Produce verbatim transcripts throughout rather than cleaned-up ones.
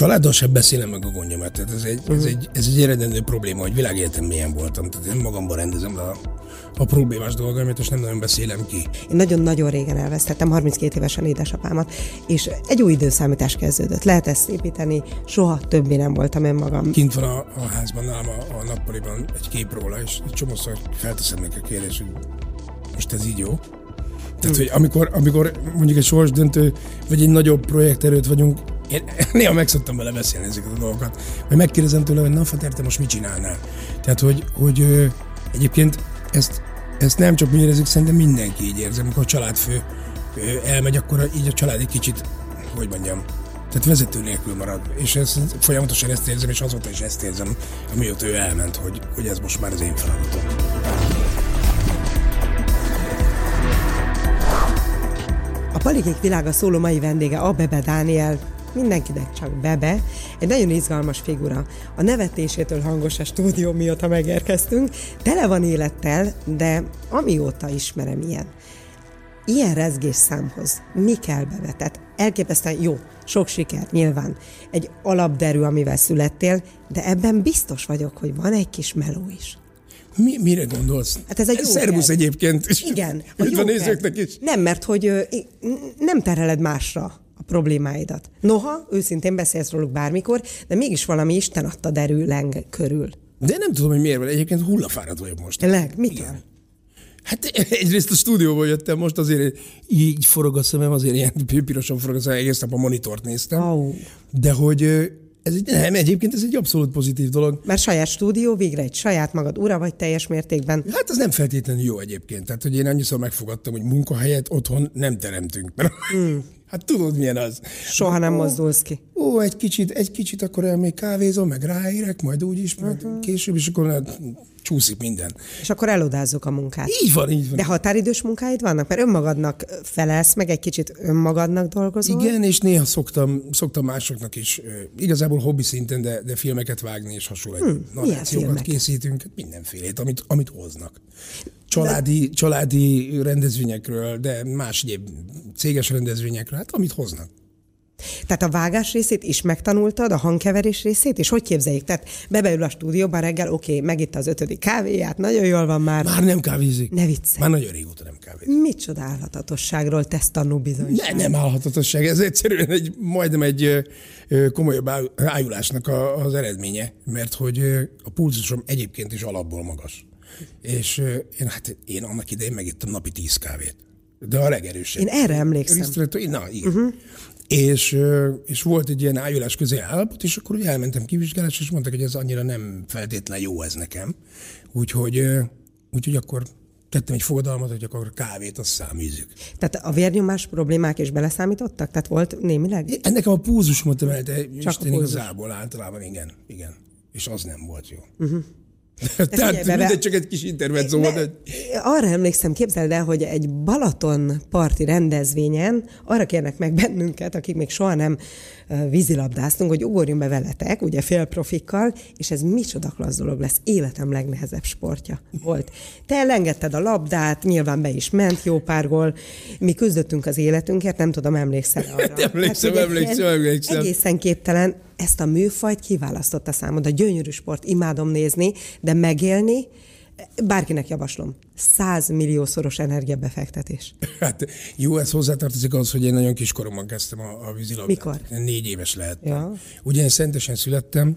családdal sem beszélem meg a gondjaimat. Tehát ez egy, uh-huh. ez, egy, ez egy eredendő probléma, hogy világéletem milyen voltam. Tehát én magamban rendezem a, a problémás dolgaimat, és nem nagyon beszélem ki. Én nagyon-nagyon régen elvesztettem, harminckét évesen édesapámat, és egy új időszámítás kezdődött. Lehet ezt építeni, soha többé nem voltam én magam. Kint van a, a házban, nálam a, a nappaliban egy kép róla, és egy csomószor felteszem neki a kérdést, hogy most ez így jó? Tehát, hogy amikor, amikor mondjuk egy sorsdöntő, vagy egy nagyobb projekterőt vagyunk, én néha meg szoktam vele beszélni ezeket a dolgokat, mert megkérdezem tőle, hogy na, Fater, te most mit csinálnál? Tehát, hogy, hogy ö, egyébként ezt, ezt nem csak mi érezzük, szerintem mindenki így érzi, amikor a családfő ö, elmegy, akkor így a család egy kicsit, hogy mondjam, tehát vezető nélkül marad. És ezt, folyamatosan ezt érzem, és azóta is ezt érzem, amióta ő elment, hogy, hogy ez most már az én feladatom. A Palikék világa szóló mai vendége a Bebe Dániel, mindenkinek csak Bebe, egy nagyon izgalmas figura. A nevetésétől hangos a stúdió, mióta megérkeztünk, tele van élettel, de amióta ismerem ilyen. Ilyen rezgés számhoz mi kell, Bebe? Tehát elképesztően jó, sok siker, nyilván. Egy alapderű, amivel születtél, de ebben biztos vagyok, hogy van egy kis meló is. Mi, mire gondolsz? Hát ez egy jó szervusz kedv. Egyébként. Igen. Üdv a nézőknek is. Nem, mert hogy ö, nem terheled másra a problémáidat. Noha, őszintén beszélsz róluk bármikor, de mégis valami Isten adta derű leng körül. De nem tudom, hogy miért van. Egyébként hullafáradt vagyok most. Tényleg? Mitől? Hát egyrészt a stúdióból jöttem most, azért így forog a szemem, azért ilyen pirosan forog a szemem, egész nap a monitort néztem. Oh. De hogy ez egy, nem, egyébként ez egy abszolút pozitív dolog. Mert saját stúdió, végre egy saját magad ura vagy teljes mértékben. Hát ez nem feltétlenül jó egyébként. Tehát, hogy én annyiszor megfogadtam, hogy munkahelyet otthon nem teremtünk. Mert mm. Hát tudod, milyen az. Soha nem ó, mozdulsz ki. Ó, egy kicsit, egy kicsit akkor el még kávézom, meg ráérek, majd úgyis, majd uh-huh. később, és akkor hát, csúszik minden. És akkor elodázzuk a munkát. Így van, így van. De határidős munkáid vannak? Mert önmagadnak felelsz, meg egy kicsit önmagadnak dolgozol? Igen, és néha szoktam, szoktam másoknak is, igazából hobbi szinten, de, de filmeket vágni, és hasonló. Hmm, narrációkat készítünk, mindenfélét, amit, amit hoznak. Családi, családi rendezvényekről, de más egyéb céges rendezvényekről, hát amit hoznak. Tehát a vágás részét is megtanultad, a hangkeverés részét, és hogy képzeljük? Tehát bebeül a stúdióba reggel, oké, okay, megitta az ötödik kávéját, nagyon jól van már. Már nem kávézik. Ne viccelj. Már nagyon régóta nem kávézik. Micsoda álhatatosságról tesz tanúbizonyság? Ne, nem álhatatosság, ez egyszerűen egy, majdnem egy komolyabb ájulásnak a, az eredménye, mert hogy a pulzusom egyébként is alapból magas. És én, hát én annak idején megittem napi tíz kávét. De a legerősebb. Én erre emlékszem. Na, igen. Uh-huh. És, és volt egy ilyen ájulás közé állapot, és akkor ugye elmentem kivizsgálásra, és mondták, hogy ez annyira nem feltétlenül jó ez nekem. Úgyhogy, úgyhogy akkor tettem egy fogadalmat, hogy akkor a kávét azt száműzzük. Tehát a vérnyomás problémák is beleszámítottak? Tehát volt némileg? Ennek a pulzusomat emelte, Isten igazából általában, igen, igen. És az nem volt jó. Uh-huh. Tehát mindegy, csak egy kis intervenció volt. Hogy... Arra emlékszem, képzeld el, hogy egy Balaton parti rendezvényen arra kérnek meg bennünket, akik még soha nem vízilabdáztunk, hogy ugorjunk be veletek, ugye félprofikkal, és ez micsoda klassz dolog lesz, életem legnehezebb sportja volt. Te elengedted a labdát, nyilván be is ment jó pár gól, mi küzdöttünk az életünkért, nem tudom, emlékszel arra. emlékszem, hát, emlékszem, emlékszem. Egészen képtelen, ezt a műfajt kiválasztotta számod. A gyönyörű sport, imádom nézni, de megélni, bárkinek javaslom, százmilliószoros energiabefektetés. Hát jó, ez hozzátartozik az, hogy én nagyon kiskoromban kezdtem a, a vízilabdát. Mikor? Négy éves lehettem. Ja. Ugye én Szentesen születtem,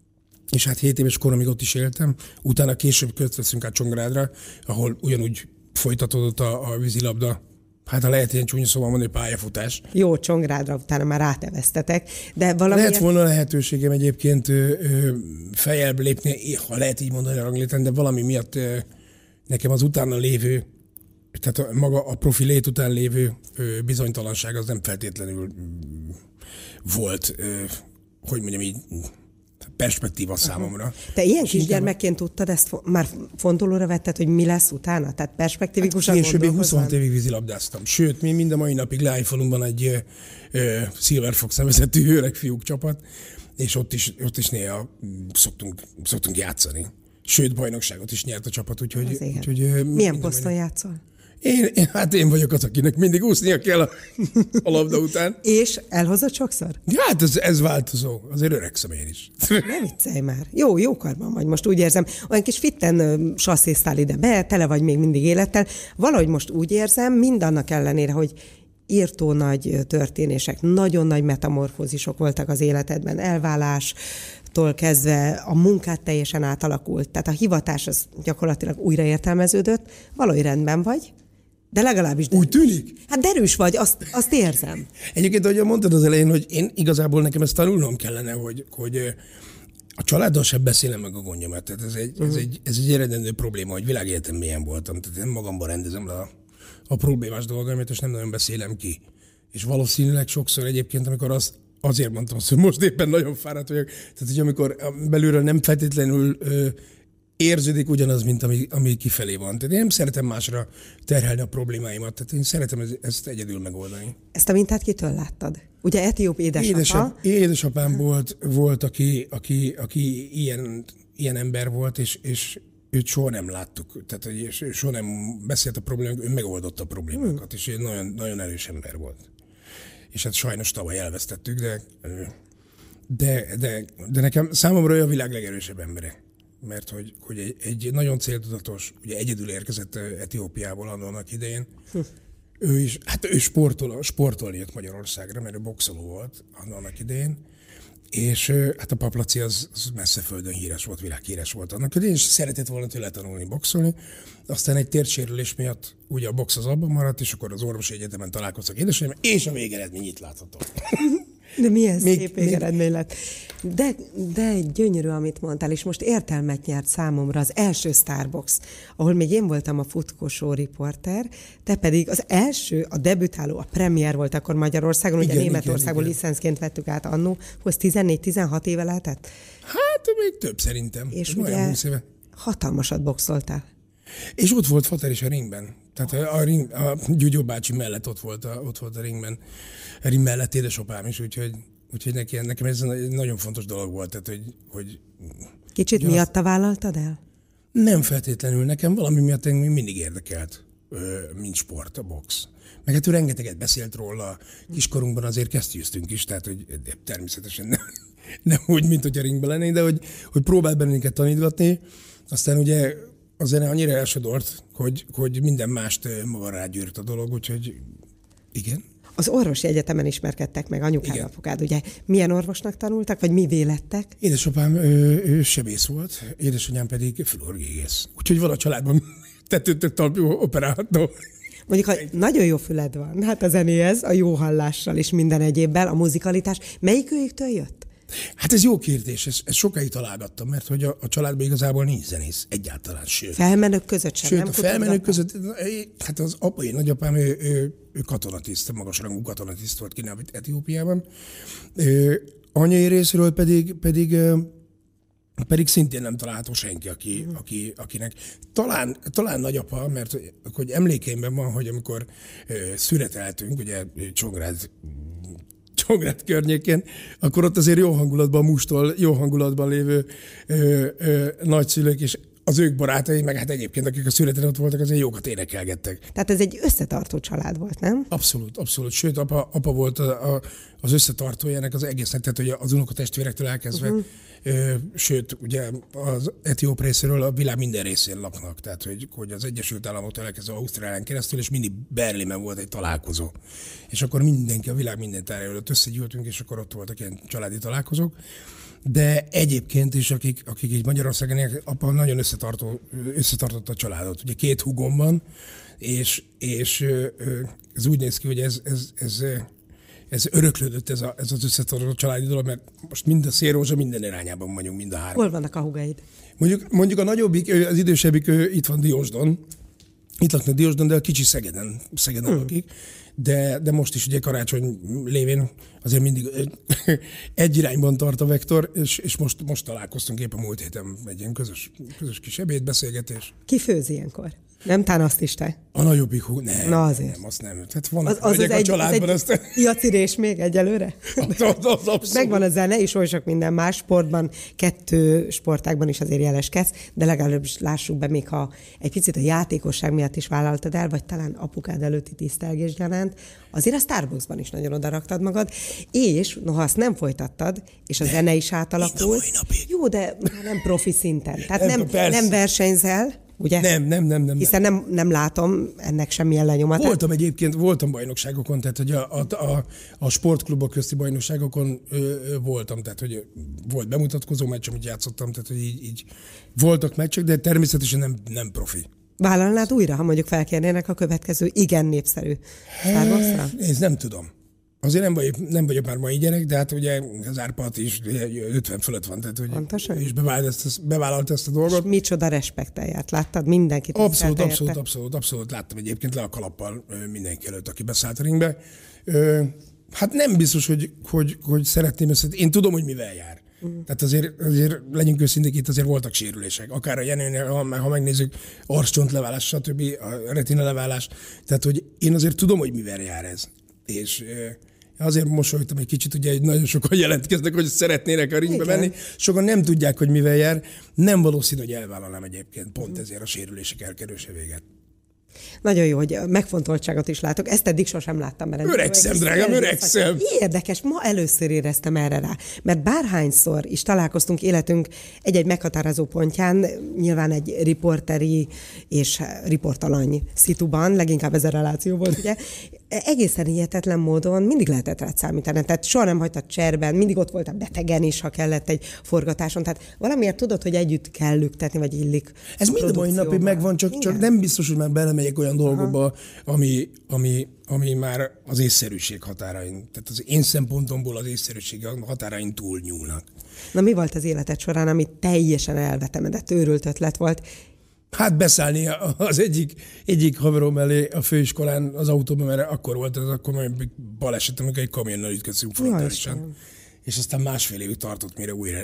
és hát hét éves koromig ott is éltem. Utána később költöztünk át Csongrádra, ahol ugyanúgy folytatódott a, a vízilabda. Hát ha lehet ilyen csúnya szóval mondani, pályafutás. Jó, Csongrádra utána már ráteveztetek, de valami... Lehet volna lehetőségem egyébként ö, ö, feljebb lépni, ha lehet így mondani a rangléten, de valami miatt ö, nekem az utána lévő, tehát a, maga a profilét után lévő ö, bizonytalanság az nem feltétlenül ö, volt, ö, hogy mondjam így, perspektíva számomra. Te ilyen kisgyermekként tudtad, ezt fo- már fontolóra vetted, hogy mi lesz utána? Tehát perspektívikusan hát később huszonhat évig vízilabdáztam. Sőt, mi mind a mai napig Leányfalunkban egy ö, Silver Fox nevezetű öreg fiúk csapat, és ott is, ott is néha szoktunk, szoktunk játszani. Sőt, bajnokságot is nyert a csapat, úgyhogy... úgyhogy milyen poszton játszol? Én, én, hát én vagyok az, akinek mindig úsznia kell a, a labda után. És elhozott sokszor? Ja, hát ez, ez változó. Azért öregszem én is. Ne viccelj már. Jó, jó karban vagy, most úgy érzem. Olyan kis fitten sasszéztál ide be, tele vagy még mindig élettel. Valahogy most úgy érzem, mindannak ellenére, hogy írtó nagy történések, nagyon nagy metamorfózisok voltak az életedben, elválástól kezdve a munkát teljesen átalakult. Tehát a hivatás az gyakorlatilag újraértelmeződött, valahogy rendben vagy, de legalábbis derűs. Úgy tűnik? Hát derűs vagy, azt, azt érzem. Egyébként, ahogy mondtad az elején, hogy én igazából nekem ezt tanulnom kellene, hogy, hogy a családdal sem beszélem meg a gondomat. Tehát ez egy, uh-huh. ez egy, ez egy eredendő probléma, hogy világéletem milyen voltam. Tehát én magamban rendezem le a, a problémás dolgaimat, és nem nagyon beszélem ki. És valószínűleg sokszor egyébként, amikor azt, azért mondtam azt, hogy most éppen nagyon fáradt vagyok, tehát hogy amikor belülről nem feltétlenül ö, érződik ugyanaz, mint ami, ami kifelé van. Tehát én nem szeretem másra terhelni a problémáimat, tehát én szeretem ez, ezt egyedül megoldani. Ezt a mintát kitől láttad? Ugye etióp édesapa? Édesap, édesapám volt, volt aki, aki, aki ilyen, ilyen ember volt, és, és őt soha nem láttuk. Tehát és soha nem beszélt a problémák, ő megoldotta a problémákat, hmm. és egy nagyon, nagyon erős ember volt. És hát sajnos tavaly elvesztettük, de, de, de, de nekem számomra ő a világ legerősebb embere. Mert hogy, hogy egy, egy nagyon céltudatos, ugye egyedül érkezett Etiópiából annak idején, hm. ő is, hát ő sportol, sportolni jött Magyarországra, mert ő boxoló volt annak idején, és hát a Paplaci az, az messze földön híres volt, világhíres volt annak idején, és szeretett volna tőle tanulni boxolni. Aztán egy térsérülés miatt ugye a box az abban maradt, és akkor az orvosi egyetemen találkoztak édesanyám, és a végeredmény itt látható. De milyen még, szép végeredmény lett. De, de gyönyörű, amit mondtál, és most értelmet nyert számomra az első Starbox, ahol még én voltam a futkosó riporter, te pedig az első, a debütáló, a premier volt akkor Magyarországon, igen, ugye Németországból licenszként vettük át annó, hoz tizennégy-tizenhat éve lehetett? Hát még több szerintem. És ugye hatalmasat boxoltál. És ott volt Fater is a ringben. Tehát a, ring, a Gyugyó bácsi mellett ott volt a, ott volt a ringben. A ring mellett édesapám is, úgyhogy, úgyhogy nekem, nekem ez egy nagyon fontos dolog volt. Tehát, hogy, hogy kicsit miatta vállaltad el? Nem feltétlenül. Nekem valami miatt mindig érdekelt, mint sport, a box. Meg hát ő rengeteget beszélt róla, kiskorunkban azért kesztyűztünk is, tehát hogy természetesen nem, nem úgy, mint hogy a ringben lennénk, de hogy, hogy próbált bennünket tanítgatni. Aztán ugye a zene annyira elsodort, hogy, hogy minden mást maga rágyűrt a dolog, úgyhogy igen. Az orvosi egyetemen ismerkedtek meg anyukád, apukád, ugye? Milyen orvosnak tanultak, vagy mi vélettek? Édesapám ő, ő sebész volt, édesanyám pedig fülorgégész. Úgyhogy vala családban tetőtök talpjú operálható. Mondjuk, ha nagyon jó füled van, hát a zenéhez, a jó hallással és minden egyébbel, a muzikalitás. Melyik őjüktől jött? Hát ez jó kérdés, ezt, ezt sokáig találgattam, mert hogy a, a családban igazából nincs zenész egyáltalán, sőt. Felmenők között sem, sőt, nem a felmenők között, hát az apai nagyapám, ő, ő, ő katonatiszt, magasrangú katonatiszt volt kínálva Etiópiában. Anyai részről pedig, pedig, pedig szintén nem található senki, aki, mm. aki, akinek talán, talán nagyapa, mert hogy emlékeimben van, hogy amikor szüreteltünk, ugye Csongrád Csongrád környékén, akkor ott azért jó hangulatban, mustól jó hangulatban lévő ö, ö, nagyszülők és az ők barátai, meg hát egyébként, akik a születen ott voltak, azért jókat énekelgettek. Tehát ez egy összetartó család volt, nem? Abszolút, abszolút. Sőt, apa, apa volt a, a, az összetartója ennek az egésznek, tehát hogy az unokatestvérektől elkezdve, uh-huh. ö, sőt, ugye az etióp részéről a világ minden részén laknak, tehát hogy, hogy az Egyesült Államoktól elkezdve Ausztrálián keresztül, és mindig Berlinben volt egy találkozó. És akkor mindenki, a világ minden tájáról összegyűltünk, és akkor ott voltak ilyen családi találkozók. De egyébként is, akik, akik így Magyarországon élnek, apa nagyon összetartó, összetartotta a családot. Ugye két húgom van, és, és ez úgy néz ki, hogy ez, ez, ez, ez öröklődött, ez, a, ez az összetartó családi dolog, mert most mind a Szélrózsa minden irányában vagyunk, mind a három. Hol vannak a húgaid? Mondjuk, mondjuk a nagyobbik, az idősebbik itt van Diósdon, itt laknak Diósdon, de a kicsi Szegeden, Szegeden hmm. lakik. de, de most is ugye karácsony lévén azért mindig egy irányban tart a vektor, és, és most, most találkoztunk éppen múlt héten egy ilyen közös, közös kis ebédbeszélgetés. Ki főz ilyenkor? Nem tán azt is te? A nagyobbik hú, nem, Na azért. nem, azt nem. Tehát vannak Az, az, az a egy, családban. az egy piacirés még egyelőre? Az, az, az Megvan a zene, és oly sok minden más sportban, kettő sportágban is azért jeleskedsz, de legalábbis lássuk be, még ha egy picit a játékosság miatt is vállaltad el, vagy talán apukád előtti tisztelgés gyanánt, azért a Starbucksban is nagyon odaraktad magad, és noha azt nem folytattad, és a de, zene is átalakult. Jó, de nem profi szinten. Tehát nem, nem, nem versenyzel, ugye? Nem, nem, nem. nem Hiszen nem, nem látom ennek semmilyen lenyomatát. Voltam egyébként, voltam bajnokságokon, tehát hogy a, a, a, a sportklubok közti bajnokságokon ö, ö, voltam, tehát hogy volt bemutatkozó meccs, amit játszottam, tehát hogy így, így voltak meccsek, de természetesen nem, nem profi. Vállalnád újra, ha mondjuk felkérnének a következő igen népszerű Starbucksra? Én nem tudom. Azért nem vagyok, nem vagyok már mai gyerek, de hát ugye az Árpád is ötven fölött van, tehát hogy és bevállalt ezt, bevállalt ezt a dolgot. És micsoda respekteljárt, láttad? Mindenkit abszolút, abszolút, abszolút, abszolút, láttam egyébként le a kalappal mindenki előtt, aki beszállt a ringbe. Hát nem biztos, hogy, hogy, hogy szeretném ezt, én tudom, hogy mivel jár. Mm. Tehát azért, azért legyünk őszinték, itt azért voltak sérülések. Akár a Jenőnél, ha, ha megnézzük, arccsontlevállás, stb., a retina leválás. Tehát, hogy én azért tudom, hogy mivel jár ez. És azért mosolyogtam egy kicsit, ugye nagyon sokan jelentkeznek, hogy szeretnének a ringbe menni. Sokan nem tudják, hogy mivel jár. Nem valószínű, hogy elvállalnám egyébként. Pont ezért a sérülések elkerülése véget. Nagyon jó, hogy megfontoltságot is látok. Ezt eddig sosem láttam. Mert öregszem, drágám, öregszem. Érdekes, ma először éreztem erre rá. Mert bárhányszor is találkoztunk életünk egy-egy meghatározó pontján, nyilván egy riporteri és riportalany szituban, leginkább ez a reláció volt, ugye, egészen hihetetlen módon mindig lehetett rád számítani. Tehát soha nem hagytad cserben, mindig ott voltál betegen is, ha kellett egy forgatáson. Tehát valamiért tudod, hogy együtt kell lüktetni, vagy illik. Ez mind a mai napig megvan, csak, csak nem biztos, hogy már belemegyek olyan dolgokba, ami, ami, ami már az észszerűség határain. Tehát az én szempontomból az észszerűség határain túl nyúlnak. Na mi volt az életed során, ami teljesen elvetemedett, őrült ötlet volt? Hát beszállni az egyik, egyik haverom mellé a főiskolán az autóban, mert akkor volt ez, akkor majd baleset, amikor egy kamionnal ütköztünk frontálisan. És aztán másfél évig tartott, mire újra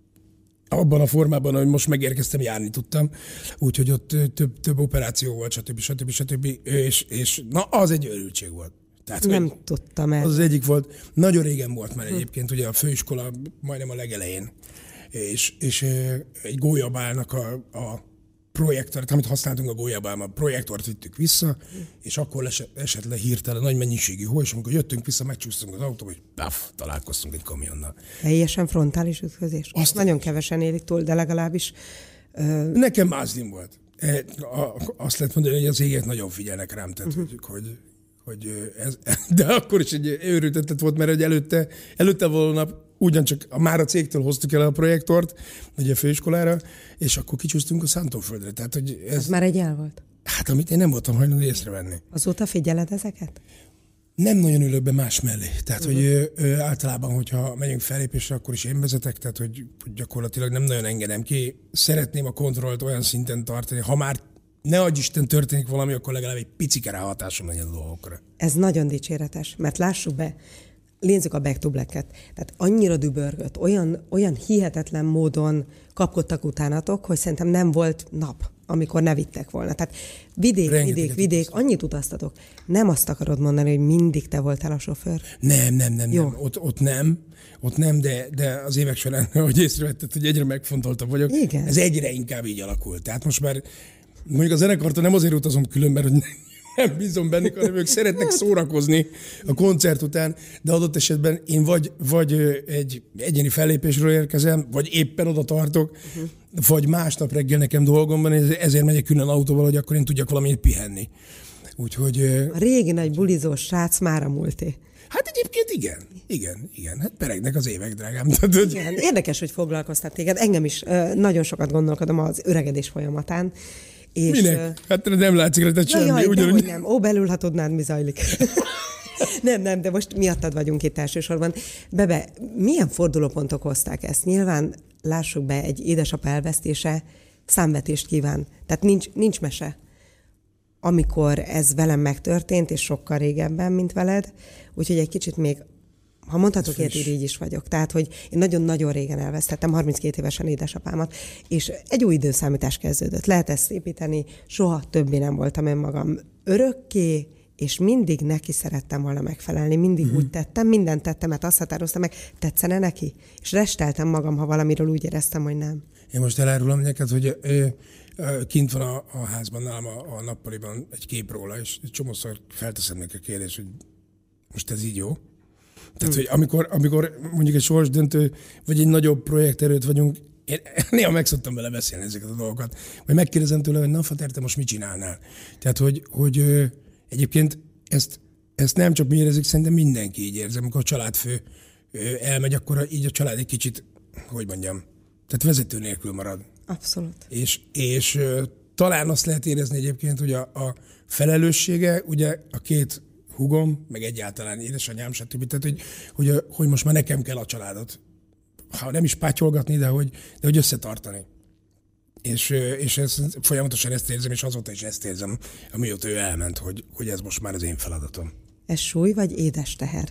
abban a formában, hogy most megérkeztem, járni tudtam. Úgyhogy ott több, több operáció volt, stb. stb. stb. És, és na, az egy örültség volt. Tehát, nem tudtam el. Az az egyik volt. Nagyon régen volt már egyébként, ugye a főiskola majdnem a legelején. És, és egy gólyabálnak a, a projektort, amit használtunk a gólyabálban, a projektort vittük vissza, és akkor esett le hirtelen nagy mennyiségű hó, és amikor jöttünk vissza, megcsúsztunk az autóba, és paf, találkoztunk egy kamionnal. Teljesen frontális ütközés. Azt nagyon kevesen élik túl, de legalábbis... Uh... Nekem mázlim volt. Azt lehet mondani, hogy az égek nagyon figyelnek rám, tehát uh-huh. hogy, hogy, hogy ez, de akkor is egy őrült ötlet volt, mert hogy előtte, előtte való nap ugyancsak a, már a cégtől hoztuk el a projektort, ugye a főiskolára, és akkor kicsúsztunk a Szántóföldre. Tehát, hogy ez, ez már egy el volt? Hát, amit én nem voltam hajlandó észrevenni. Azóta figyeled ezeket? Nem nagyon ülök be más mellé. Tehát, uh-huh. hogy ö, ö, általában, hogyha megyünk fellépésre, akkor is én vezetek, tehát, hogy, hogy gyakorlatilag nem nagyon engedem ki. Szeretném a kontrollt olyan szinten tartani, ha már ne adj Isten történik valami, akkor legalább egy picike ráhatásom legyen a dolgokra. Ez nagyon dicséretes, mert lássuk be, nézzük a Back to Black-et. Tehát annyira dübörgött, olyan, olyan hihetetlen módon kapkodtak utánatok, hogy szerintem nem volt nap, amikor ne vittek volna. Tehát vidék, Rengeteget vidék, vidék, annyit utaztatok. Nem azt akarod mondani, hogy mindig te voltál a sofőr? Nem, nem, nem, nem. Ott, ott nem. Ott nem, de, de az évek során, ahogy észrevetted, hogy egyre megfontoltabb vagyok, igen. Ez egyre inkább így alakult. Tehát most már mondjuk a zenekartól nem azért utazom külön, mert hogy nem bízom bennük, hanem ők szeretnek szórakozni a koncert után, de adott esetben én vagy, vagy egy egyéni fellépésről érkezem, vagy éppen oda tartok, uh-huh. vagy másnap reggel nekem dolgom van, ezért megyek külön autóval, hogy akkor én tudjak valamit pihenni. Úgyhogy... A régi nagy bulizós srác már a múlté. Hát egyébként igen, igen, igen. Hát peregnek az évek, drágám. Igen, érdekes, hogy foglalkoztat téged. Engem is nagyon sokat gondolkodom az öregedés folyamatán. És, minek? Hát nem látszik rá semmi. Jaj, ugyanúgy. nem. Ó, belül, ha tudnád, mi zajlik. nem, nem, de most miattad vagyunk itt elsősorban. Bebe, milyen fordulópontok hozták ezt? Nyilván, lássuk be, egy édesapa elvesztése számvetést kíván. Tehát nincs, nincs mese. amikor ez velem megtörtént, és sokkal régebben, mint veled, úgyhogy egy kicsit még, ha mondhatok ilyet, így is vagyok. Tehát, hogy én nagyon-nagyon régen elvesztettem, harminckét évesen édesapámat, és egy új időszámítás kezdődött. Lehet ezt építeni, soha többé nem voltam önmagam örökké, és mindig neki szerettem volna megfelelni, mindig uh-huh. úgy tettem, mindent tettem, mert azt határoztam meg, tetszene neki? És resteltem magam, ha valamiről úgy éreztem, hogy nem. Én most elárulom neked, hogy ö, ö, kint van a, a házban, nálam a, a nappaliban egy kép róla, és egy csomószor felteszem neki a kérdést, hogy most ez így jó? Tehát, hmm. hogy amikor, amikor mondjuk egy sorsdöntő, vagy egy nagyobb projekterőt vagyunk, én néha meg szoktam vele beszélni ezeket a dolgokat, vagy megkérdezem tőle, hogy na, Fater, te most mit csinálnál? Tehát, hogy, hogy ö, egyébként ezt, ezt nem csak mi érezzük, szerintem mindenki így érzi. Amikor a családfő ö, elmegy, akkor így a család egy kicsit, hogy mondjam, tehát vezető nélkül marad. Abszolút. És, és ö, talán azt lehet érezni egyébként, hogy a, a felelőssége, ugye a két húgom, meg egyáltalán édesanyám, stb. Tehát, hogy, hogy, hogy most már nekem kell a családot, ha nem is pátyolgatni, de hogy, de hogy összetartani. És, és ezt, folyamatosan ezt érzem, és azóta is ezt érzem, amióta ő elment, hogy, hogy ez most már az én feladatom. Ez súly vagy édes teher?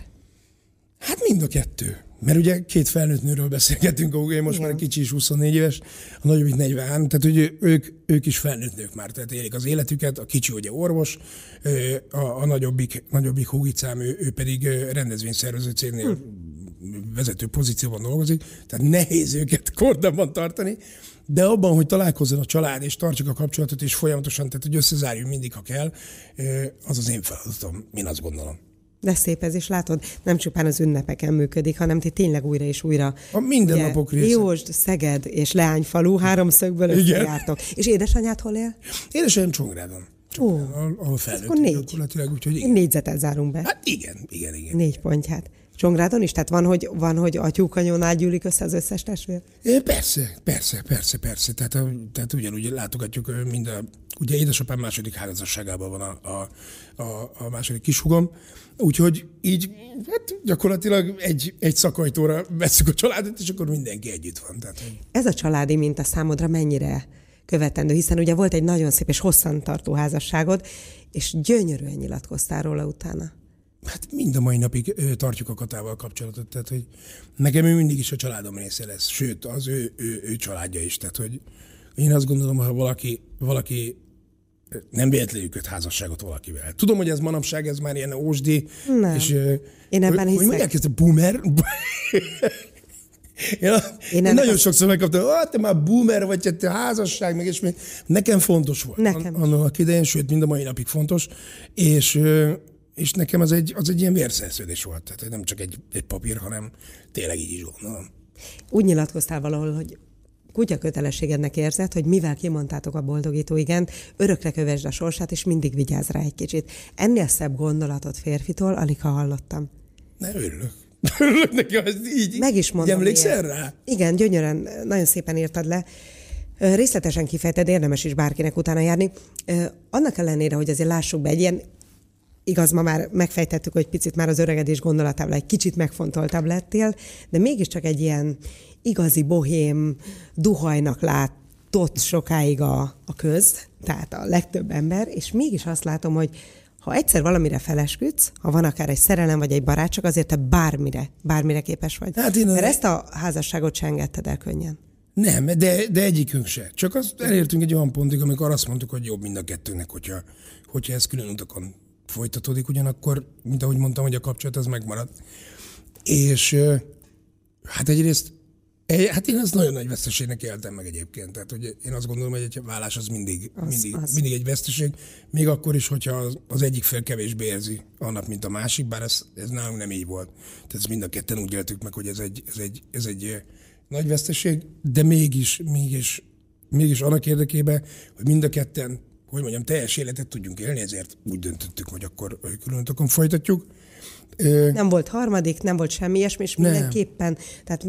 Hát mind a kettő. Mert ugye két felnőtt nőről beszélgetünk, ahol én most igen. már kicsi is huszonnégy éves, a nagyobbik negyvenhárom, tehát hogy ők, ők is felnőtt nők már, tehát élik az életüket, a kicsi ugye orvos, a, a nagyobbik, nagyobbik húgicám, ő, ő pedig rendezvényszervező cégnél hm. vezető pozícióban dolgozik, tehát nehéz őket kordában tartani, de abban, hogy találkozzon a család, és tartsuk a kapcsolatot, és folyamatosan, tehát hogy összezárjunk mindig, ha kell, az az én feladatom, én azt gondolom. De szép ez, és látod, nem csupán az ünnepeken működik, hanem ti tényleg újra és újra. A mindennapok része. Józsd, Szeged és Leányfalu, háromszögből összejártok. És édesanyád hol él? Édesanyám Csongrádon. Ó, ahol felnőtt. Akkor négy. Úgyhogy igen. Négyzetet zárunk be. Hát igen, igen, igen. Négy pontját. Csongrádon is? Tehát van, hogy, van, hogy atyúkanyónál gyűlik össze az összes testvér? É, persze, persze, persze, persze. Tehát, a, tehát ugyanúgy látogatjuk mind a... Ugye édesapám második házasságában van a, a, a, a második kishúgom, úgyhogy így hát gyakorlatilag egy, egy szakajtóra vesszük a családot, és akkor mindenki együtt van. Tehát, hogy... Ez a családi minta számodra mennyire követendő? Hiszen ugye volt egy nagyon szép és hosszantartó házasságod, és gyönyörűen nyilatkoztál róla utána. Hát mind a mai napig ő, tartjuk a Katával kapcsolatot, tehát hogy nekem ő mindig is a családom része lesz, sőt, az ő, ő, ő családja is, tehát hogy én azt gondolom, ha valaki, valaki nem véletlenül köt házasságot valakivel. Tudom, hogy ez manapság, ez már ilyen ósdi, nem. és én ebben hogy, hiszek. Hogy mondják ezt a boomer? Én, én, én nagyon sokszor megkaptam, hogy te már boomer vagy, te házasság, meg és még. Nekem fontos volt. Nekem. Annak idején, sőt, mind a mai napig fontos, és És nekem az egy, az egy ilyen vérszerződés volt. Tehát nem csak egy, egy papír, hanem tényleg így is gondolom. Úgy nyilatkoztál valahol, hogy kutya kötelességednek érzed, hogy mivel kimondtátok a boldogító igent, örökre kövesd a sorsát, és mindig vigyázz rá egy kicsit. Ennél szebb gondolatot férfitól alig ha hallottam. Ne, örülök. Örülök neki, hogy így, Meg is mondom, emlékszel rá? Igen, gyönyörűen, nagyon szépen írtad le. Részletesen kifejted, érdemes is bárkinek utána járni. Annak ellenére, hogy azért lássuk be, egy ilyen igaz, ma már megfejtettük, hogy picit már az öregedés gondolatával egy kicsit megfontoltabb lettél, de mégiscsak egy ilyen igazi bohém duhajnak látott sokáig a, a köz, tehát a legtöbb ember, és mégis azt látom, hogy ha egyszer valamire felesküdsz, ha van akár egy szerelem vagy egy barátság, azért te bármire, bármire képes vagy. Hát én Mert a... ezt a házasságot se engedted el könnyen. Nem, de, de egyikünk se. Csak azt elértünk egy olyan pontig, amikor azt mondtuk, hogy jobb mind a kettőnek, hogyha, hogyha ez külön utakon folytatódik, ugyanakkor, mint ahogy mondtam, hogy a kapcsolat az megmarad. És hát egyrészt, hát én ezt nagyon nagy veszteségnek éltem meg egyébként. Tehát, hogy én azt gondolom, hogy egy vállás az mindig, az, mindig, az. mindig egy veszteség, még akkor is, hogyha az, az egyik fél kevésbé érzi annak, mint a másik, bár ez, ez nálunk nem így volt. Tehát ezt mind a ketten úgy éltük meg, hogy ez egy, ez egy, ez egy nagy veszteség, de mégis, mégis, mégis annak érdekében, hogy mind a ketten, hogy mondjam, teljes életet tudjunk élni, ezért úgy döntöttük, hogy akkor különöttökön folytatjuk. Nem volt harmadik, nem volt semmi ilyesmi, és mindenképpen, tehát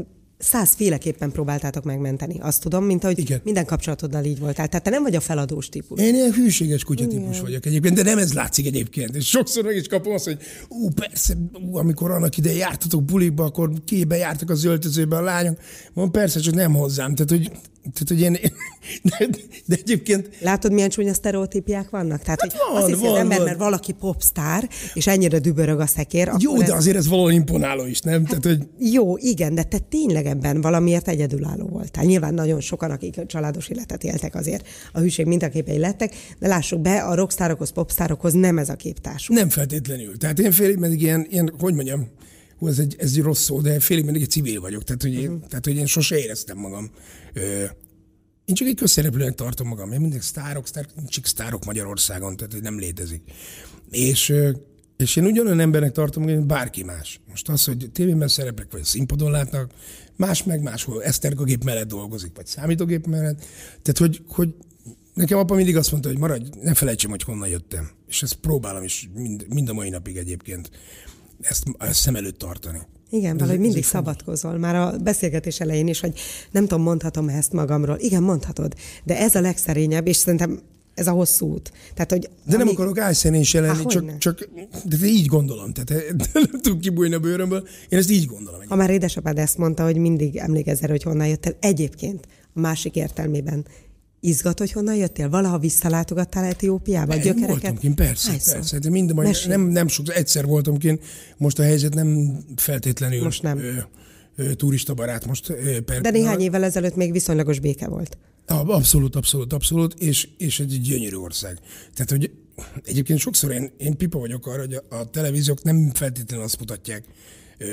százféleképpen próbáltátok megmenteni. Azt tudom, mint ahogy igen. minden kapcsolatoddal így voltál. Tehát te nem vagy a feladós típus. Én ilyen hűséges kutyatípus vagyok egyébként, de nem ez látszik egyébként. És sokszor meg is kapom azt, hogy ú, persze, ú, amikor annak ide jártatok bulikba, akkor kibe jártak az öltözőbe a lányok. Mondom, persze, csak nem hozzám. Tehát, hogy, tehát, hogy én... De, de egyébként... Látod, milyen csúnya sztereotípiák vannak? Tehát, hát hogy van, azt hiszi van, az ember, van. mert valaki popstar, és ennyire dübörög a szekér. Jó, de ez... azért ez valahol imponáló is, nem? Hát, tehát, hogy... Jó, igen, de te tényleg ebben valamiért egyedülálló voltál. Nyilván nagyon sokan, akik családos életet éltek, azért a hűség mintaképei lettek, de lássuk be, a rockstárokhoz, popstárokhoz nem ez a képtársú. Nem feltétlenül. Tehát én félig meddig ilyen, ilyen hogy mondjam, hú, ez egy, ez egy rossz szó, de félig meddig egy civil vagyok. Tehát, hogy én, uh-huh. tehát, hogy én sose éreztem magam. Ö, én csak egy közszereplőnek tartom magam. Én mindig sztárok, sztárok, nincs sztárok Magyarországon, tehát nem létezik. És, és én ugyanolyan embernek tartom magam, mint bárki más. Most az, hogy tévében szereplek, vagy a színpadon látnak, más meg máshol esztergagép mellett dolgozik, vagy számítógép mellett. Tehát, hogy, hogy nekem apa mindig azt mondta, hogy maradj, ne felejtsem, hogy honnan jöttem. És ezt próbálom is mind, mind a mai napig egyébként ezt, ezt szem előtt tartani. Igen, valahogy mindig szabadkozol. Már a beszélgetés elején is, hogy nem tudom, mondhatom ezt magamról. Igen, mondhatod, de ez a legszerényebb, és szerintem ez a hosszú út. Tehát, hogy de nem amíg... akarok álszerén se lenni, Há, csak, csak de így gondolom. Tehát de nem tudok kibújni a bőrömből. Én ezt így gondolom. Ha már édesapád ezt mondta, hogy mindig emlékezz erre, hogy honnan jöttél. Egyébként a másik értelmében izgat, hogy honnan jöttél? Valaha visszalátogattál Etiópiába? Én gyökereket? Voltam kint, persze, Hányszor? persze. De mind, majd nem, nem sok, egyszer voltam kint. Most a helyzet nem feltétlenül most nem. Ö, ö, turista barát. Most, ö, per, de néhány évvel ezelőtt még viszonylagos béke volt. Abszolút, abszolút, abszolút, és, és egy gyönyörű ország. Tehát, hogy egyébként sokszor én, én pipa vagyok arra, hogy a, a televíziók nem feltétlenül azt mutatják ö,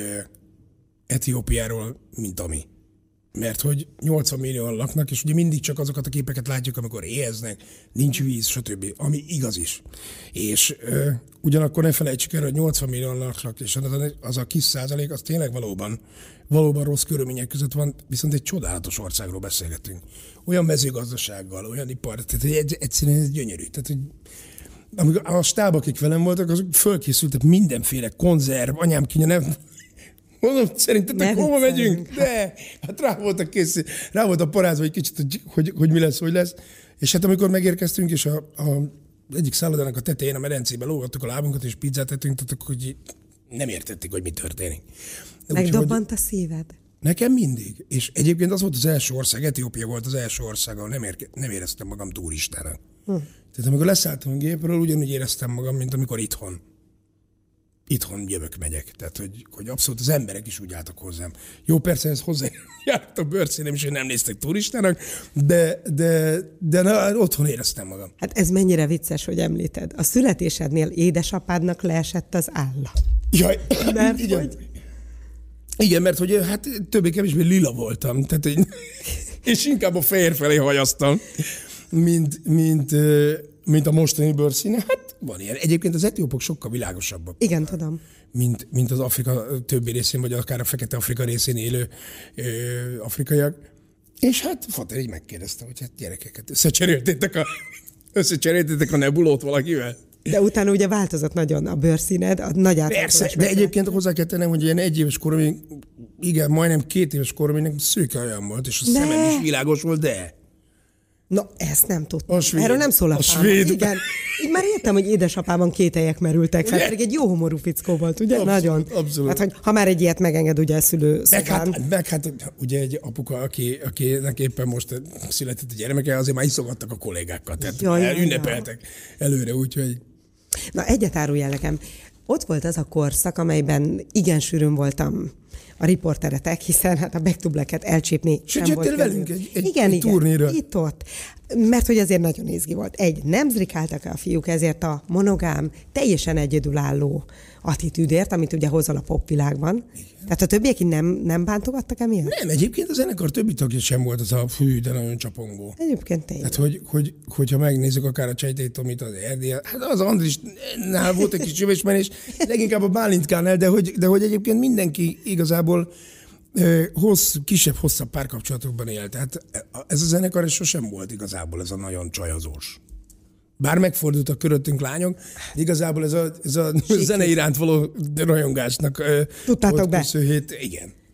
Etiópiáról, mint ami. Mert hogy nyolcvan millióan laknak, és ugye mindig csak azokat a képeket látjuk, amikor éheznek, nincs víz, stb., ami igaz is. És ö, ugyanakkor ne felejtsük el, hogy nyolcvan millióan laknak, és az, az a kis százalék, az tényleg valóban, valóban rossz körülmények között van, viszont egy csodálatos országról beszélgetünk. Olyan mezőgazdasággal, olyan ipar, tehát egy, egyszerűen ez gyönyörű. Tehát, hogy amikor a stáb, akik velem voltak, azok fölkészültek mindenféle konzerv, anyám kínja, nem... Mondom, szerintetek hova megyünk? De, hát rá voltak kész, rá volt a parázva egy kicsit, hogy, hogy, hogy mi lesz, hogy lesz. És hát amikor megérkeztünk, és a, a egyik szállodának a tetején, a medencében lógattuk a lábunkat, és pizzát ettünk, tehát hogy nem értették, hogy mi történik. Megdobbant a szíved? Nekem mindig. És egyébként az volt az első ország, Etiópia volt az első ország, ahol nem, érke, nem éreztem magam turistának. Hm. Tehát amikor leszálltam a gépről, ugyanúgy éreztem magam, mint amikor itthon. Itthon jövök, megyek. Tehát, hogy, hogy abszolút az emberek is úgy álltak hozzám. Jó, persze ez hozzájárt a bőrszínem is, hogy nem néztek turistának, de, de, de na, otthon éreztem magam. Hát ez mennyire vicces, hogy említed. A születésednél édesapádnak leesett az álla. Jaj, mert igen. Hogy... Igen, mert hogy hát többé-kevésbé lila voltam. Tehát, hogy, és inkább a fehér felé hajaztam, mint, mint, mint a mostani bőrszíne. Hát van ilyen. Egyébként az etiópok sokkal világosabbak. Igen, tudom. Mint, mint az Afrika többi részén, vagy akár a fekete Afrika részén élő ö, afrikaiak. És hát Fater így megkérdezte, hogy hát gyerekeket, összecseréltétek a, összecseréltétek a nebulót valakivel? De utána ugye változott nagyon a bőrszíned, a nagy átalakulás. Persze, de egyébként hozzá kell tennem, hogy ilyen egy éves koromig, igen, majdnem két éves koromig szőke olyan volt, és a de... szemem is világos volt, de... Na, ezt nem tudtam. Svéd, Erről nem szól a, a svéd. Igen. Így már értem, hogy édesapában kételyek merültek fel, pedig egy jó humorú fickó volt, ugye? Abszolút, nagyon. Abszolút. Hát, hogy ha már egy ilyet megenged, ugye a szülő meg hát, meg hát, ugye egy apuka, aki, akinek éppen most született a gyermeke, azért már iszogattak a kollégákkal, tehát jaj, ünnepeltek jaj. előre, úgyhogy... Na, egyet árulj el nekem. Ott volt az a korszak, amelyben igen sűrűn voltam a riporteretek, hiszen hát a Back to Black-et elcsípni sem volt. Sőt, velünk egy, egy, igen, egy igen, turnéra. Itt-ott. Mert hogy azért nagyon izgi volt. Egy, nem zrikáltak el a fiúk, ezért a monogám, teljesen egyedülálló attitűdért, amit ugye hozol a popvilágban. Igen. Tehát a többiek így nem, nem bántogattak emiatt? Nem, egyébként a zenekar többi tagja sem volt az a fű, de nagyon csapongó. Egyébként tényleg. Tehát, hogy, hogy, hogyha megnézzük akár a Csejtei Tomit, az Erdély, hát az Andrisnál volt egy kis csövésmenés, leginkább a Bálintkánál, de hogy, de hogy egyébként mindenki igazából hossz, kisebb-hosszabb párkapcsolatokban élt. Tehát ez a zenekar ez sosem volt igazából ez a nagyon csajozós. Bár megfordultak köröttünk lányok, igazából ez a, ez a zene iránt való rajongásnak tudtátok be. Köszönhét, igen.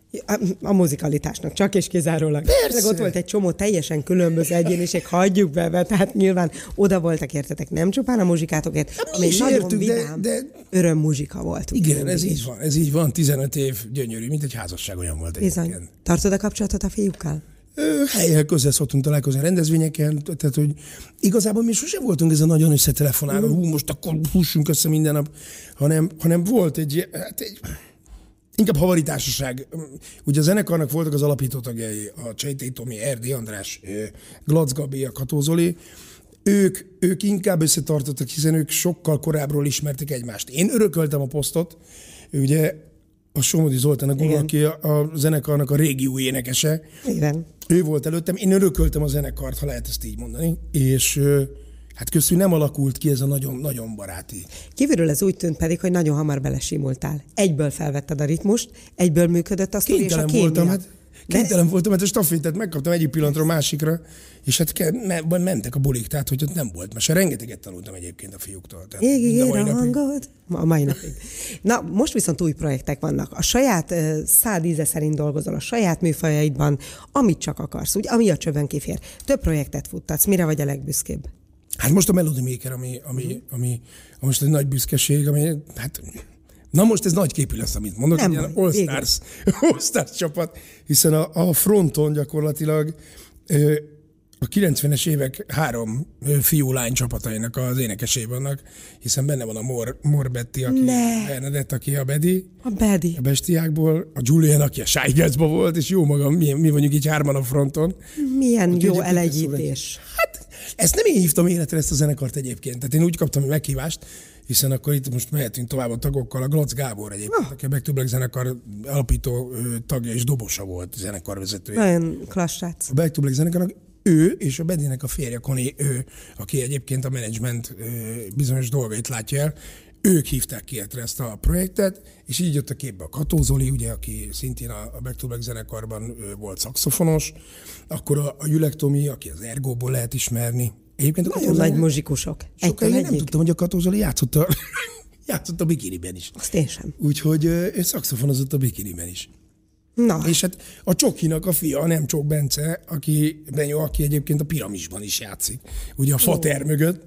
A, a muzikalitásnak csak és kizárólag. Persze. Ott volt egy csomó teljesen különböző egyéniség, hagyjuk be, be, tehát nyilván oda voltak értetek, nem csupán a muzsikátokért, hát ami nagyon értük, vidám, de, de... öröm muzsika volt. Igen, ez így van, ez így van, tizenöt év gyönyörű, mint egy házasság olyan volt. Bizony. Egyébként. Tartod a kapcsolatot a fiúkkal? Helyen közel szoktunk találkozni rendezvényeken, tehát hogy igazából mi sose voltunk ez a nagyon összetelefonálva, mm. hú, most akkor hússunk össze minden nap, hanem, hanem volt egy, hát egy inkább havari társaság. Ugye a zenekarnak voltak az alapító tagjai, a Csejtei Tomi, Erdély András, Glac Gabi, a Kató Zoli. Ők, ők inkább összetartottak, hiszen ők sokkal korábbról ismerték egymást. Én örököltem a posztot, ugye a Somodi Zoltán, a Guga, aki a, a zenekarnak a régi új énekese. Igen. Ő volt előttem, én örököltem a zenekart, ha lehet ezt így mondani, és hát köztük nem alakult ki ez a nagyon, nagyon baráti. Kívülről ez úgy tűnt pedig, hogy nagyon hamar belesimultál. Egyből felvetted a ritmust, egyből működött a sztori és a kémia. Voltam, hát kénytelen De... voltam, hát a stafétát megkaptam egyik pillanatról másikra, és hát mentek a bulik, tehát hogy ott nem volt. Mert se rengeteget tanultam egyébként a fiúktól. Égig ér a hangod. A mai napig. Na, most viszont új projektek vannak. A saját uh, szád íze szerint dolgozol, a saját műfajaidban, amit csak akarsz, úgy, ami a csövön kifér. Több projektet futtatsz, mire vagy a legbüszkébb? Hát most a Melody Maker, ami, ami, ami, ami most egy nagy büszkeség, ami hát... Na most ez nagy képű lesz, amit mondok, egy ilyen All Stars, All Stars csapat, hiszen a, a fronton gyakorlatilag ö, a kilencvenes évek három fiú-lány csapatainak az énekesei vannak, hiszen benne van a Mor, Mor Betty, aki ne. Bernadett, aki a Bedi, a Bedi, a Bestiákból, a Julian, aki a Shy Girls-ban volt, és jó magam, mi, mi vagyunk így hárman a fronton. Milyen úgy, jó elegyítés. Hát ezt nem én hívtam életre, ezt a zenekart egyébként, tehát én úgy kaptam a meghívást, hiszen akkor itt most mehetünk tovább a tagokkal. A Glac Gábor egyébként, ah. aki a Back to Black zenekar alapító tagja és dobosa volt, zenekarvezetője. Nagyon klassz srác. A Back to Black zenekarnak ő és a Bedinek a férje, Koni, ő, aki egyébként a menedzsment bizonyos dolgait látja el, ők hívták ki ezt a projektet, és így jött a képbe a Kató Zoli, ugye, aki szintén a Back to Black zenekarban volt szaxofonos, akkor a, a Jülek Tomi, aki az Ergóból lehet ismerni. Egyébként a nagyon nagy muzsikusok. Sokáig nem tudtam, hogy a Kató Zoli játszott a, játszott a bikiniben is. Azt én sem. Úgyhogy ő szaxofonozott a bikiniben is. Na. És hát a Csokinak a fia, nem Csok Bence, aki, Benyó, aki egyébként a Piramisban is játszik, ugye a fater oh. mögött,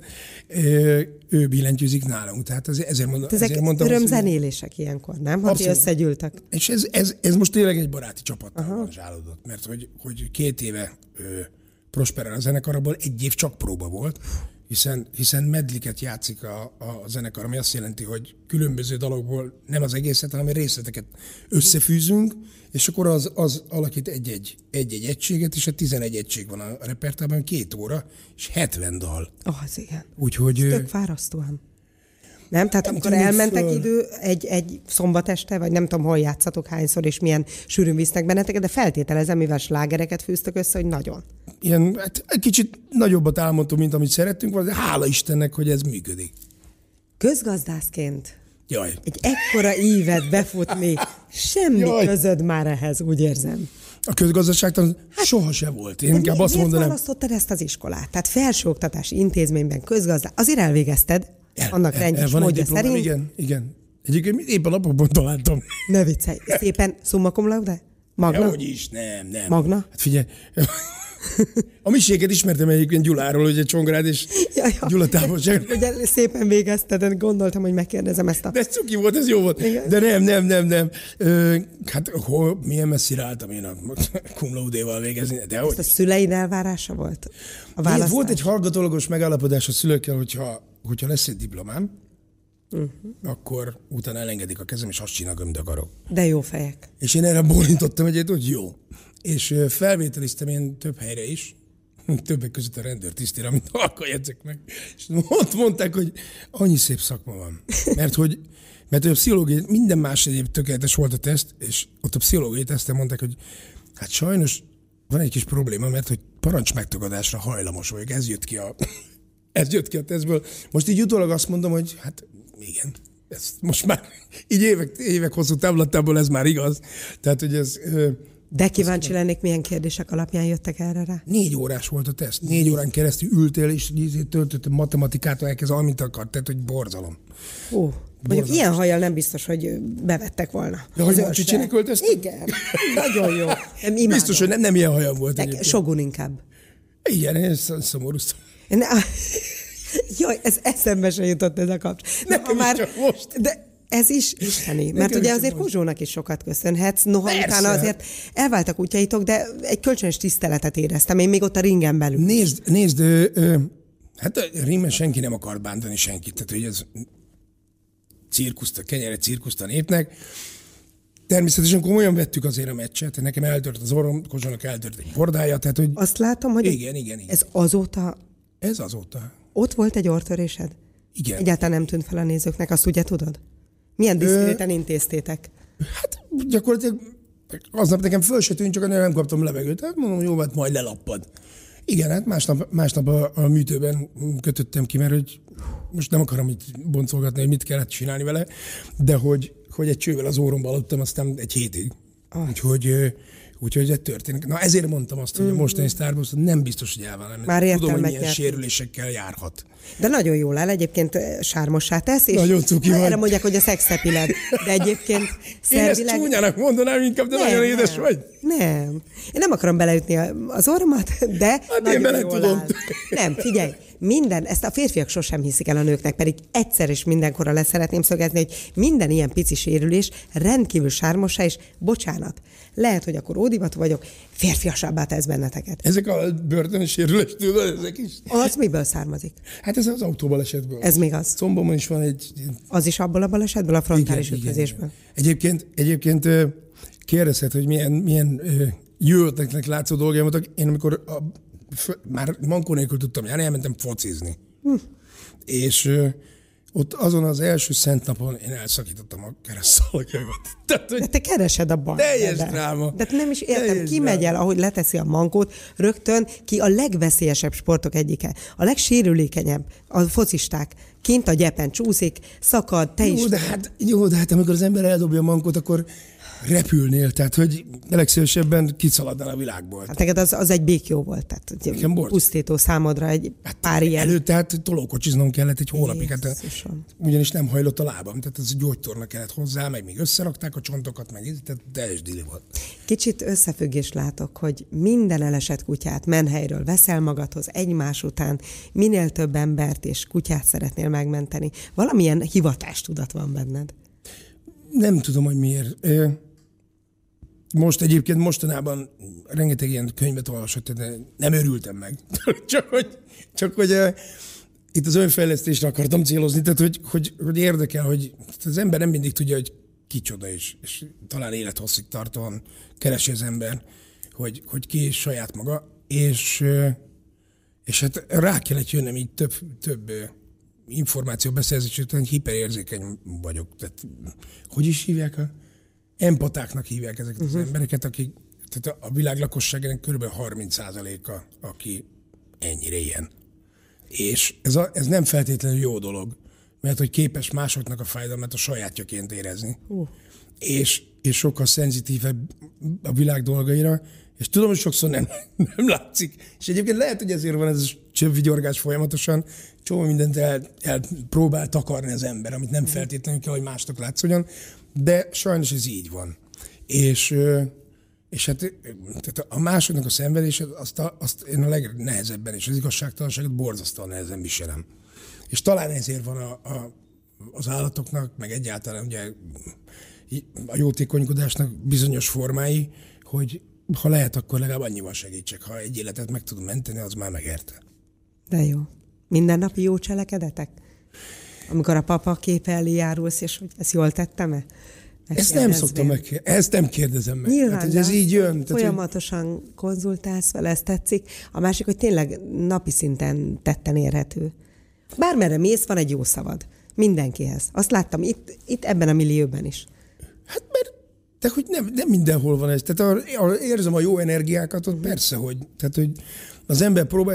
ő billentyűzik nálunk. Tehát ezért, mond, ezek ezért mondtam... örömzenélések ilyenkor, nem? Ha ti összegyűltek. És ez, ez, ez most tényleg egy baráti csapattal zsálódott, mert hogy, hogy két éve ő, prosperál a zenekar, abból egy év csak próba volt, hiszen, hiszen medliket játszik a, a zenekar, ami azt jelenti, hogy különböző dalokból nem az egészet, hanem részleteket összefűzünk, és akkor az, az alakít egy-egy, egy-egy egységet, és a tizenegy egység van a repertárban, két óra, és hetven dal. Oh, az igen. Úgyhogy... Tök fárasztóan. Nem? Tehát nem amikor elmentek föl. idő egy, egy szombat este, vagy nem tudom, hol játszatok, hányszor, és milyen sűrűn visznek benneteket, de feltételezem, mivel slágereket fűztök össze, hogy nagyon. Ilyen, hát egy kicsit nagyobbat álmodtunk, mint amit szerettünk volna, de hála Istennek, hogy ez működik. Közgazdászként Jaj. egy ekkora ívet befutni, semmi Jaj. közöd már ehhez, úgy érzem. A közgazdaságtan hát, soha se volt. Én inkább mi, azt mondanám. Miért választottad ezt az iskolát? Tehát felsőoktatási intézményben közgazdás. Azért elvégezted, el, annak rendjes módja szerint. Igen, igen. Egyébként épp a napokban találtam. Ne viccelj. Szépen summa cum laude? Magna? Hogy is, nem, nem. Magna? Hát figyelj, a miséget ismertem egyébként Gyuláról, ugye Csongrád és ja, ja. Gyula távolság. Ugye szépen végezted, gondoltam, hogy megkérdezem ezt a... De ez cuki volt, ez jó volt. Igen. De nem, nem, nem, nem. Ö, hát hol, milyen messzire álltam én a cum laude-val végezni. De ezt a szüleid elvárása volt? A választás? Volt egy hallgatólagos megállapodás a szülőkkel, hogyha, hogyha lesz egy diplomám, uh-huh. akkor utána elengedik a kezem, és azt csinálok, amit akarok. De jó fejek. És én erre bólintottam egyet, hogy jó. És felvételiztem én több helyre is, többek között a rendőrtisztére, amit akkor jegyzek meg. És ott mondták, hogy annyi szép szakma van. Mert hogy, mert hogy a pszichológiai, minden más egyéb tökéletes volt a teszt, és ott a pszichológiai teszten mondták, hogy hát sajnos van egy kis probléma, mert hogy parancs megtagadásra hajlamos vagyok. Ez jött ki a, ez jött ki a tesztből. Most így utólag azt mondom, hogy hát igen, ez most már így évek, évek hosszú távlatából ez már igaz. Tehát, hogy ez... De kíváncsi lennék, milyen kérdések alapján jöttek erre rá. Négy órás volt a teszt. Négy órán keresztül ültél, és töltöttem matematikától elkezd, amint akart. Tehát, hogy borzalom. Ó, mondjuk ilyen hajjal nem biztos, hogy bevettek volna. Ja, hogy Csicsének költöztem? Igen, nagyon jó. Nem, biztos, hogy nem, nem ilyen hajam volt. De, Shogun inkább. Igen, ez szomorú. Jaj, ez eszembe se jutott ez a kapcsolat. Nekem már, csak most. De ez is isteni, mert nekem ugye azért Pozsónak is sokat köszönhetsz, noha persze. Utána azért elváltak útjaitok, de egy kölcsönös tiszteletet éreztem, én még ott a ringen belül. Nézd, nézd, ö, ö, hát a ringben senki nem akar bántani senkit, tehát hogy ez cirkuszt, kenyere cirkuszt a népnek. Természetesen komolyan vettük azért a meccset, nekem eltört az orrom, Kozsónak eltört egy bordája, tehát hogy... Azt látom, hogy igen, igen, igen. Ez azóta... Ez azóta. Ott volt egy orrtörésed? Igen. Egyáltalán nem tűnt fel a nézőknek, azt ugye tudod? Milyen diszkréten Ö... intéztétek? Hát gyakorlatilag aznap nekem föl se tűnt, csak nem kaptam levegőt. Hát mondom, jó, hát majd lelappad. Igen, hát másnap, másnap a, a műtőben kötöttem ki, mert hogy most nem akarom itt boncolgatni, hogy mit kellett csinálni vele, de hogy, hogy egy csővel az orromba aludtam, aztán egy hétig. Ah. Úgyhogy... Úgyhogy ez történik. Na ezért mondtam azt, hogy a mostani Starbucks nem biztos, hogy elvállalom. Már értem, tudom, hogy milyen nyert. Sérülésekkel járhat. De nagyon jól áll, egyébként sármossá tesz, és nagyon cuki vagy. Erre mondják, hogy a szexepiled. De egyébként szervileg... Én ezt csúnyának mondanám inkább, de nem, nagyon édes nem. Vagy. Nem. Én nem akarom beleütni az orromat, de hát nagyon én bele jól tudom. áll. Nem, figyelj, minden, ezt a férfiak sosem hiszik el a nőknek, pedig egyszer és mindenkorra le szeretném szögezni, hogy minden ilyen pici sérülés rendkívül sármossá, és bocsánat, lehet, hogy akkor ódivatú vagyok, férfiasabbá tesz benneteket. Ezek a börtön sérülés, tudod, ezek is? Az miből származik? Hát ez az autóbalesetből. Ez még az? Combomon is van egy... Az is abból a balesetből, a frontális igen, ütközésből? Igen, igen. Egyébként, egyébként kérdezhet, hogy milyen, milyen jó ötletnek látszó dolgaim voltak. Én amikor a, már mankó nélkül tudtam járni, elmentem focizni. Hm. És ott azon az első szent napon én elszakítottam a keresztszalagaimat. De te keresed a bajt. Teljes dráma. De nem is értem, ki megy el, ahogy leteszi a mankót, rögtön ki a legveszélyesebb sportok egyike. A legsérülékenyebb, a focisták. Kint a gyepen csúszik, szakad, te jó, is. De hát, jó, de hát amikor az ember eldobja a mankót, akkor repülnél, tehát hogy legszívesebben kiszaladnál a világból. Hát neked az, az egy békjó volt, tehát pusztító számodra egy hát pár ilyen. Előtte hát tolókocsiznom kellett egy hónapig, hát, ugyanis nem hajlott a lábam, tehát ez gyógytorna kellett hozzá, meg még összerakták a csontokat, meg tehát teljes dili volt. Kicsit összefüggést látok, hogy minden elesett kutyát menhelyről veszel magadhoz egymás után, minél több embert és kutyát szeretnél megmenteni. Valamilyen hivatástudat van benned? Nem tudom, hogy miért. Most egyébként mostanában rengeteg ilyen könyvet olvasott, de nem örültem meg. csak hogy, csak hogy uh, itt az önfejlesztésre akartam célozni, tehát hogy, hogy, hogy érdekel, hogy az ember nem mindig tudja, hogy kicsoda is, és talán élethosszig tartóan keresi az ember, hogy, hogy ki is saját maga, és, uh, és hát rá kellett jönnem így több, több uh, információ beszerzés után, hiperérzékeny vagyok. Tehát, hogy is hívják a empatáknak hívják ezeket uh-huh. az embereket, akik, tehát a világ lakosságának kb. harminc százaléka, aki ennyire ilyen. És ez, a, ez nem feltétlenül jó dolog, mert hogy képes másoknak a fájdalmát a sajátjaként érezni. Uh. És, és sokkal szenzitívebb a világ dolgaira, és tudom, hogy sokszor nem, nem látszik. És egyébként lehet, hogy ezért van ez a csövvigyorgás folyamatosan, csomó mindent el, el próbál takarni az ember, amit nem feltétlenül kell, hogy másnak látszódjon, de sajnos ez így van. És, és hát tehát a másodnak a szenvedésed, azt, a, azt én a legnehezebben, és az igazságtalanságot borzasztóan nehezen viselem. És talán ezért van a, a, az állatoknak, meg egyáltalán ugye a jótékonykodásnak bizonyos formái, hogy ha lehet, akkor legalább annyival segítsek. Ha egy életet meg tudom menteni, az már megérte. De jó. Mindennapi jó cselekedetek? Amikor a papa képe elé járulsz, és hogy ezt jól tettem-e? Ezt nem szoktam meg, ezt nem kérdezem meg. Nyilván, hát, ez így jön. Folyamatosan tehát, hogy... konzultálsz vele, ezt tetszik. A másik, hogy tényleg napi szinten tetten érhető. Bármerre mész, van egy jó szavad. Mindenkihez. Azt láttam itt, itt ebben a millióban is. Hát mert de hogy nem, nem mindenhol van ez. Tehát ahol érzem a jó energiákat, ott persze, hogy, tehát, hogy az ember próbálja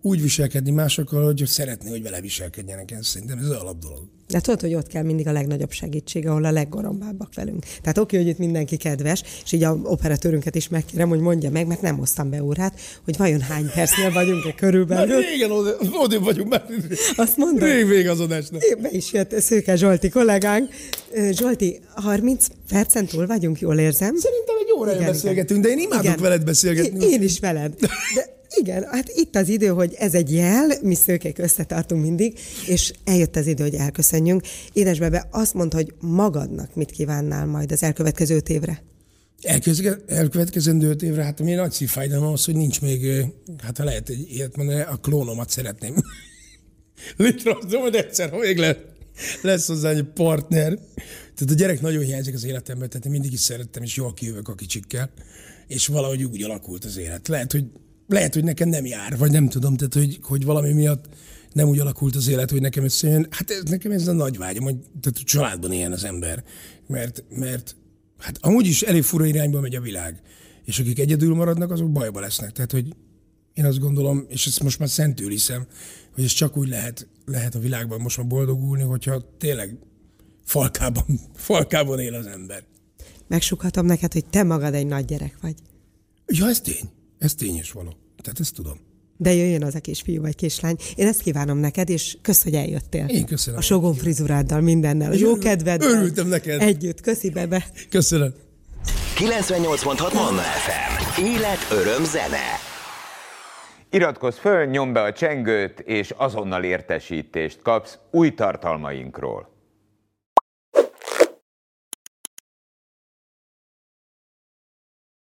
úgy viselkedni másokkal, hogy szeretné, hogy vele viselkedjenek. Ez szerintem ez az alapdolog. De tudod, hogy ott kell mindig a legnagyobb segítség, ahol a leggorombábbak velünk. Tehát oké, hogy itt mindenki kedves, és így a operatőrünket is megkérem, hogy mondja meg, mert nem hoztam be órát, hogy vajon hány percnél vagyunk-e körülbelül. Már régen odébb vagyunk már. Azt mondod? Rég vége az adásnak. Be is jött Szőke Zsolti kollégánk. Zsolti, harminc percen túl vagyunk, jól érzem? Szerintem egy órája beszélgetünk, de én imádok igen. veled beszélgetni. Én is veled. De igen, hát itt az idő, hogy ez egy jel, mi szőkék összetartunk mindig, és eljött az idő, hogy elköszönjünk. Édesbebe, azt mondta, hogy magadnak mit kívánnál majd az elkövetkező öt évre? Elkövetkezendő öt évre, hát ami nagy szívfájdalom az, hogy nincs még, hát ha lehet egy ilyet mondani, a klónomat szeretném. Létrehozom, hogy egyszer, ha még lesz, lesz hozzá egy partner. Tehát a gyerek nagyon hiányzik az életemben, tehát én mindig is szerettem, és jól kijövök a kicsikkel, és valahogy úgy alakult az élet. Lehet, hogy Lehet, hogy nekem nem jár, vagy nem tudom, tehát, hogy, hogy valami miatt nem úgy alakult az élet, hogy nekem összejön. Hát ez, nekem ez a nagy vágyam, hogy tehát, hogy családban éljen az ember. Mert, mert hát amúgy is elég fura irányba megy a világ. És akik egyedül maradnak, azok bajba lesznek. Tehát, hogy én azt gondolom, és ezt most már szentül hiszem, hogy ez csak úgy lehet, lehet a világban most már boldogulni, hogyha tényleg falkában, falkában él az ember. Megsukhatom neked, hogy te magad egy nagy gyerek vagy. Ja, ez tény. Ez tény és való. Tehát ezt tudom. De jöjjön az a kisfiú vagy kislány. Én ezt kívánom neked, és kösz, hogy eljöttél. Én köszönöm. A sogón frizuráddal, mindennel, a jó kedveddel. Örültem neked. Együtt. Köszi, bebe. Köszönöm. kilencvennyolc pont hat Manna ef em. Élet, öröm, zene. Iratkozz föl, nyomd be a csengőt, és azonnal értesítést kapsz új tartalmainkról.